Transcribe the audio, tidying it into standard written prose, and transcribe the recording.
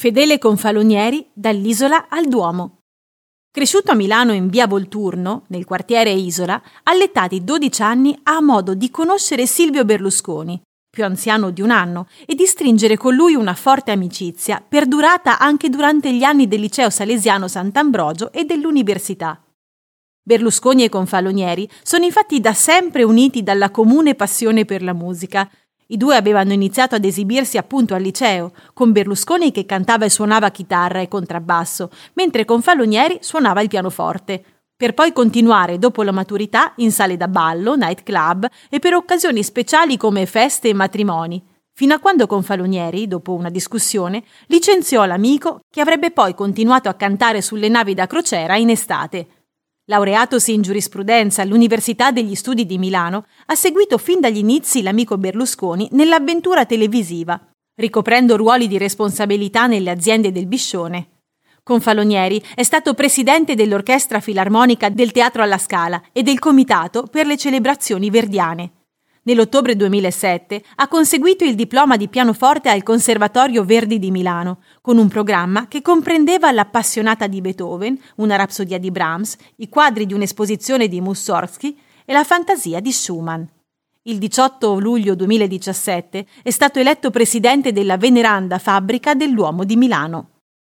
Fedele Confalonieri dall'Isola al Duomo. Cresciuto a Milano in via Volturno, nel quartiere Isola, all'età di 12 anni ha modo di conoscere Silvio Berlusconi, più anziano di un anno, e di stringere con lui una forte amicizia, perdurata anche durante gli anni del liceo salesiano Sant'Ambrogio e dell'università. Berlusconi e Confalonieri sono infatti da sempre uniti dalla comune passione per la musica. I due avevano iniziato ad esibirsi appunto al liceo, con Berlusconi che cantava e suonava chitarra e contrabbasso, mentre Confalonieri suonava il pianoforte, per poi continuare dopo la maturità in sale da ballo, night club e per occasioni speciali come feste e matrimoni, fino a quando Confalonieri, dopo una discussione, licenziò l'amico che avrebbe poi continuato a cantare sulle navi da crociera in estate. Laureatosi in giurisprudenza all'Università degli Studi di Milano, ha seguito fin dagli inizi l'amico Berlusconi nell'avventura televisiva, ricoprendo ruoli di responsabilità nelle aziende del Biscione. Confalonieri è stato presidente dell'Orchestra Filarmonica del Teatro alla Scala e del Comitato per le celebrazioni verdiane. Nell'ottobre 2007 ha conseguito il diploma di pianoforte al Conservatorio Verdi di Milano, con un programma che comprendeva l'Appassionata di Beethoven, una rapsodia di Brahms, i quadri di un'esposizione di Mussorgsky e la fantasia di Schumann. Il 18 luglio 2017 è stato eletto presidente della veneranda fabbrica del Duomo di Milano.